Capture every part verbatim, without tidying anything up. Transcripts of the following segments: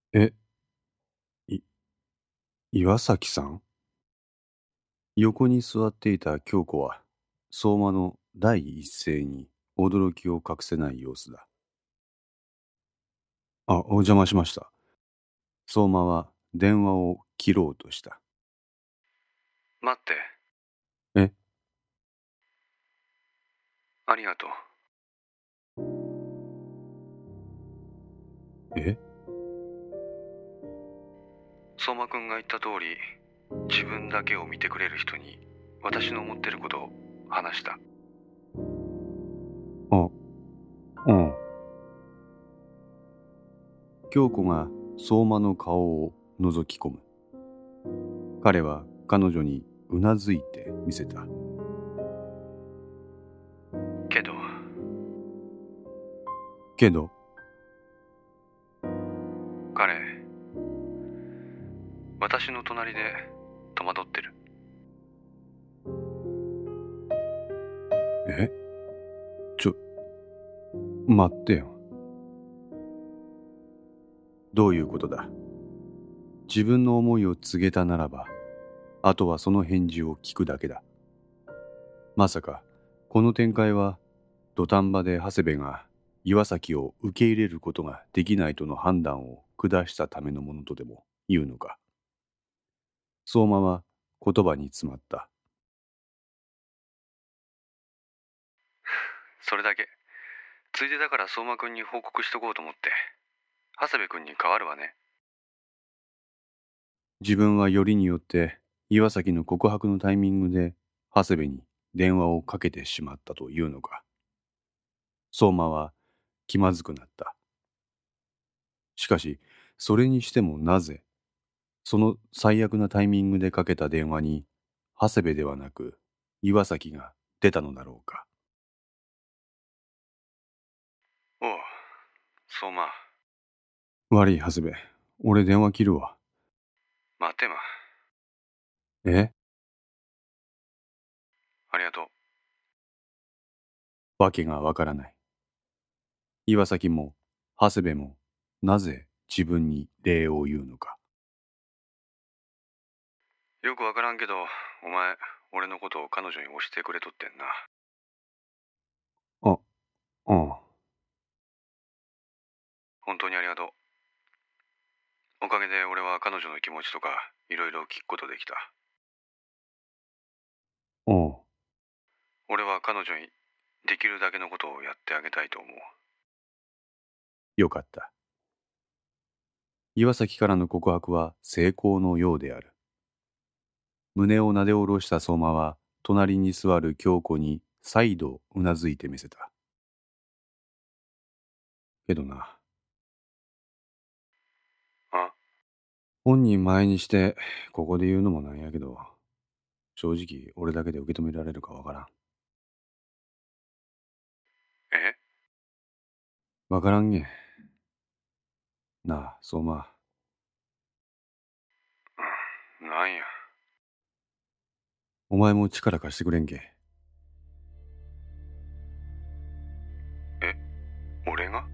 え、い、岩崎さん？横に座っていた京子は、相馬の第一声に驚きを隠せない様子だ。あ、お邪魔しました。相馬は電話を切ろうとした。 待って。 え、 ありがとう。 え、 相馬くんが言った通り、自分だけを見てくれる人に私の思ってることを話した。 あ、うん。京子が相馬の顔を覗き込む。彼は彼女にうなずいてみせた。 けど、 けど、 彼、私の隣で戸惑ってる。 え、ちょ、待ってよ。どういうことだ？自分の思いを告げたならば、あとはその返事を聞くだけだ。まさか、この展開は、土壇場で長谷部が岩崎を受け入れることができないとの判断を下したためのものとでも言うのか。相馬は言葉に詰まった。 それだけ。ついでだから相馬くんに報告しとこうと思って。長谷部くんに代わるわね。 自分はよりによって岩崎の告白のタイミングで長谷部に電話をかけてしまったというのか。相馬は気まずくなった。しかし、それにしてもなぜ、その最悪なタイミングでかけた電話に、長谷部ではなく岩崎が出たのだろうか。 おう、相馬。 悪い長谷部、俺電話切るわ。 待てま。 え？ ありがとう。 わけがわからない。岩崎も長谷部もなぜ自分に礼を言うのか。 よくわからんけど、お前、俺のことを彼女に押してくれとってんな。 あ、うん。 本当にありがとう。おかげで俺は彼女の気持ちとかいろいろ聞くことできた。 うん。 俺は彼女にできるだけのことをやってあげたいと思う。 よかった。岩崎からの告白は成功のようである。胸をなで下ろした相馬は隣に座る京子に再度うなずいてみせた。けどな。 あ？ 本人前にしてここで言うのもなんやけど、正直俺だけで受け止められるかわからん。 え？ わからんげ。なあ、相馬。 なんや。 お前も力貸してくれんけ。 え、俺が？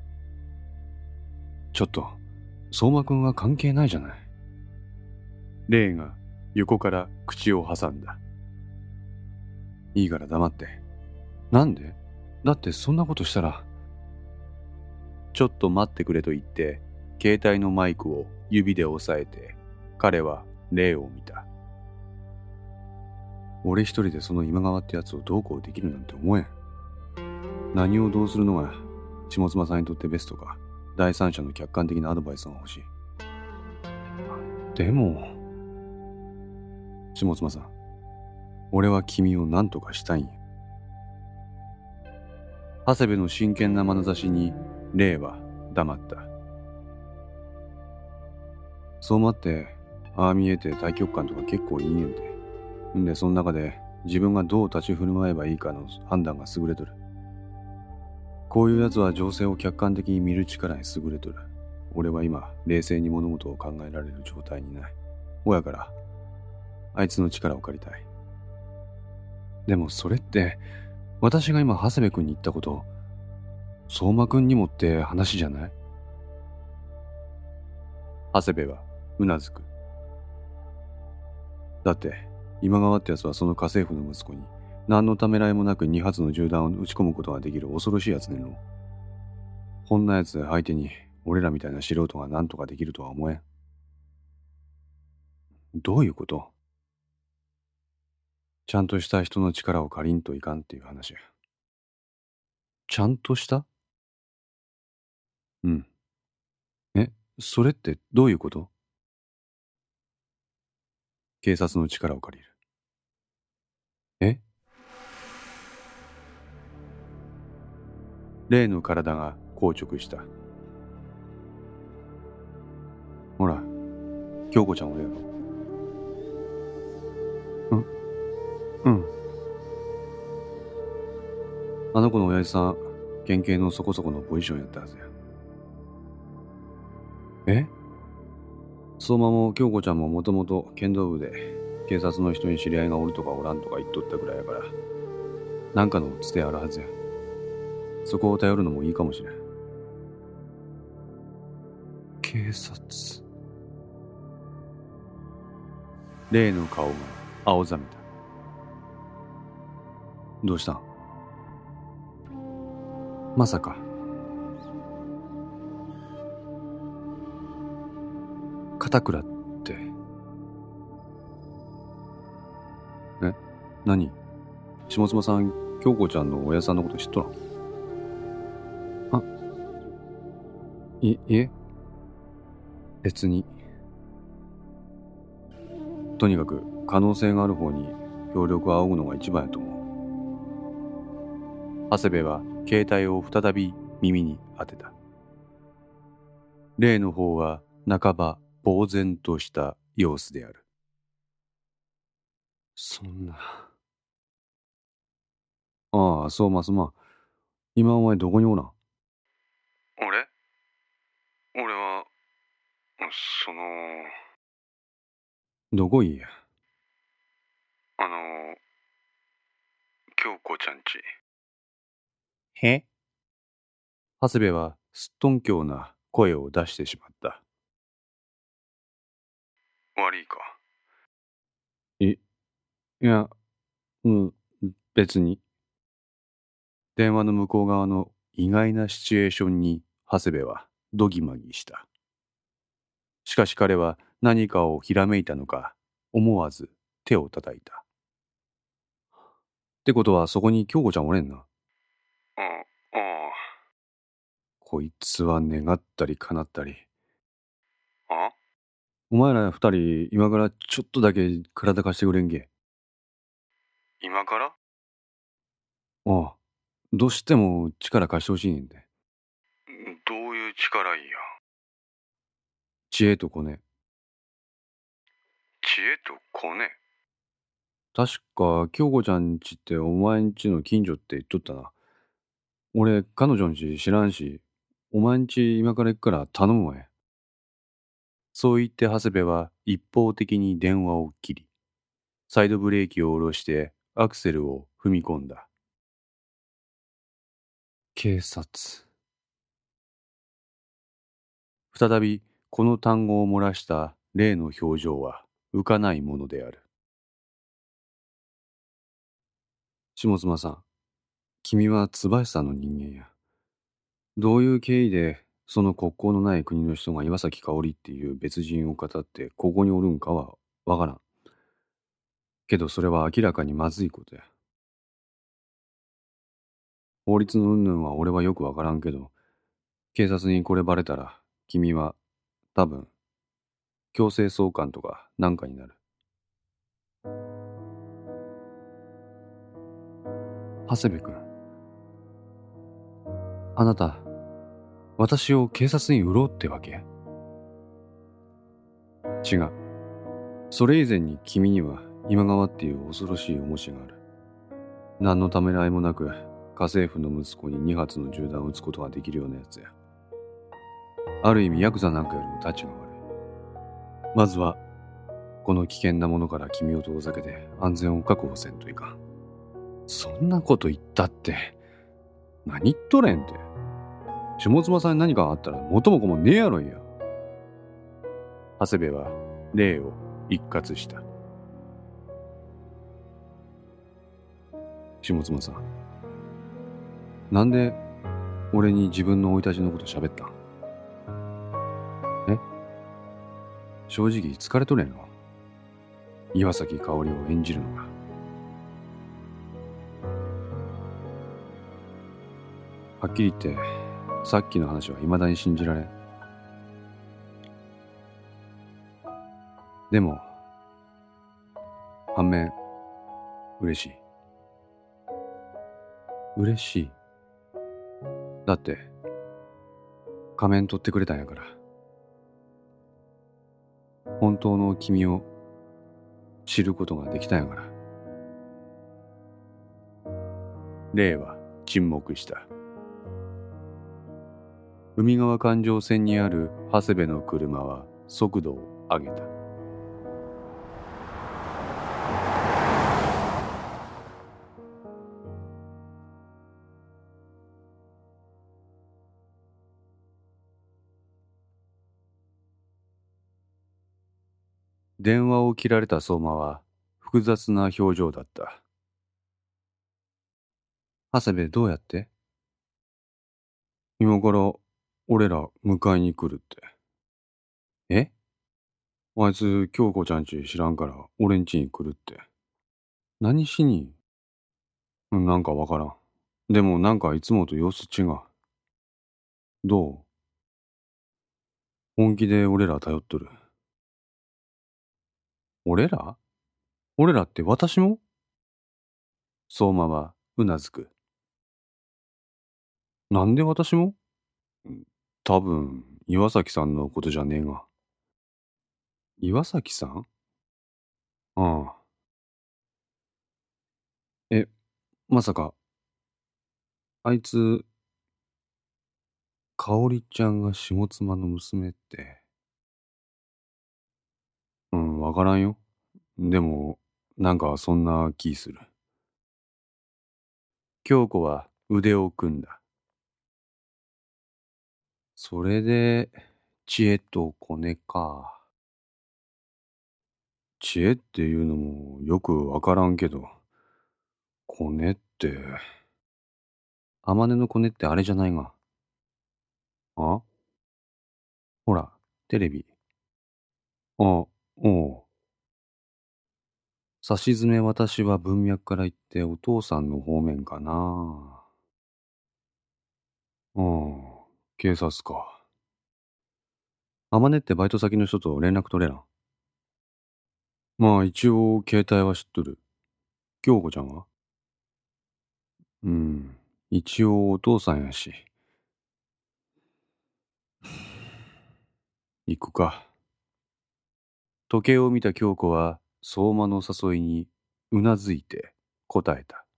ちょっと、相馬くんは関係ないじゃない。レイが横から口を挟んだ。いいから黙って。なんで？だってそんなことしたら。ちょっと待ってくれと言って、携帯のマイクを指で押さえて、彼はレイを見た。俺一人でその今川ってやつをどうこうできるなんて思えん。何をどうするのが下妻さんにとってベストか、第三者の客観的なアドバイスが欲しい。でも、下妻さん、俺は君を何とかしたいんや。長谷部の真剣な眼差しにレイは黙った。そう待って、ああ見えて大局観とか結構いいんやんて。んで、その中で自分がどう立ち振る舞えばいいかの判断が優れとる。こういうやつは情勢を客観的に見る力に優れとる。俺は今、冷静に物事を考えられる状態にない。ほやから、あいつの力を借りたい。でもそれって、私が今長谷部君に言ったこと、相馬君にもって話じゃない？ 長谷部はうなずく。だって今川ってやつはその家政婦の息子に何のためらいもなくに発の銃弾を撃ち込むことができる恐ろしいやつねんろ。こんなやつ相手に俺らみたいな素人が何とかできるとは思えん。どういうこと？ちゃんとした人の力を借りんといかんっていう話や。ちゃんとした？うん。え、それってどういうこと？警察の力を借りる。え？例の体が硬直した。ほら、京子ちゃん俺やろ。ん？うん。あの子の親父さん、県警のそこそこのポジションやったはずや。え？相馬も京子ちゃんももともと剣道部で警察の人に知り合いがおるとかおらんとか言っとったぐらいやから、なんかのつてあるはずや。そこを頼るのもいいかもしれん。警察。例の顔が青ざめた。どうしたん？まさか片倉って。え、何？下妻さん、京子ちゃんの親さんのこと知っとらん？あ、い、いえ、別に。とにかく可能性がある方に協力を仰ぐのが一番やと思う。長谷部は携帯を再び耳に当てた。例の方は半ば呆然とした様子である。そんな。ああ、そうますま。今お前どこにおらん？ 俺俺は、その、 どこいいや。 あの、京子ちゃんち。 へ？長谷部はすっとんきょうな声を出してしまった。 悪いか？ い、いや、うん、別に。電話の向こう側の意外なシチュエーションに長谷部はどぎまぎした。しかし彼は何かをひらめいたのか、思わず手を叩いた。ってことはそこに京子ちゃんおれんな。 ああ、ああ。 こいつは願ったり叶ったり。 あ？ お前ら二人今からちょっとだけ体貸してくれんけ。 今から？ ああ、どうしても力貸してほしいねんで。 どういう力いいや？ 知恵とコネ。 知恵とコネ？ 確か京子ちゃんちってお前んちの近所って言っとったな。俺彼女んち知らんし、お前んち今から行くから頼むわや。そう言って長谷部は一方的に電話を切り、サイドブレーキを下ろしてアクセルを踏み込んだ。警察。再びこの単語を漏らした例の表情は浮かないものである。下妻さん、君は椿さんの人間や。どういう経緯でその国交のない国の人が岩崎香織っていう別人を語ってここにおるんかはわからん。けどそれは明らかにまずいことや。法律の云々は俺はよくわからんけど、警察にこれバレたら君は多分強制送還とかなんかになる。長谷部君、あなた私を警察に売ろうってわけ？違う。それ以前に君には今川っていう恐ろしい重しがある。何のためらいもなく家政婦の息子にに発の銃弾を撃つことができるようなやつや。ある意味ヤクザなんかよりもタチが悪い。まずはこの危険なものから君を遠ざけて安全を確保せんといかん。そんなこと言ったって何言っとれんて。下妻さんに何かあったら元も子もねえやろいや。 長谷部は例を一括した。下妻さん、なんで俺に自分の生い立ちのこと喋ったん？え正直疲れとれんの？岩崎香織を演じるのが。はっきり言ってさっきの話は未だに信じられん。でも反面嬉しい。嬉しい。だって仮面取ってくれたんやから。本当の君を知ることができたんやから。レイは沈黙した。海側環状線にある長谷部の車は速度を上げた。電話を切られた相馬は複雑な表情だった。長谷部どうやって？今から俺ら迎えに来るって。え？あいつ京子ちゃんち知らんから俺んちに来るって。何しに？なんかわからん。でもなんかいつもと様子違う。どう？本気で俺ら頼っとる。俺ら？俺らって私も？相馬はうなずく。なんで私も？多分岩崎さんのことじゃねえが。岩崎さん？ああ。え、まさか、あいつ、香織ちゃんが下妻の娘って。うん、わからんよ。でも、なんかそんな気する。京子は腕を組んだ。それで、知恵とコネか。知恵っていうのもよくわからんけど、コネって、天音のコネってあれじゃないが。あ？ほら、テレビ。あ、おう。さしずめ私は文脈から言ってお父さんの方面かな。うん、警察か。あまねってバイト先の人と連絡取れらん？まあ一応携帯は知っとる。京子ちゃんは？うん、一応お父さんやし。行くか。時計を見た京子は相馬の誘いにうなずいて答えた。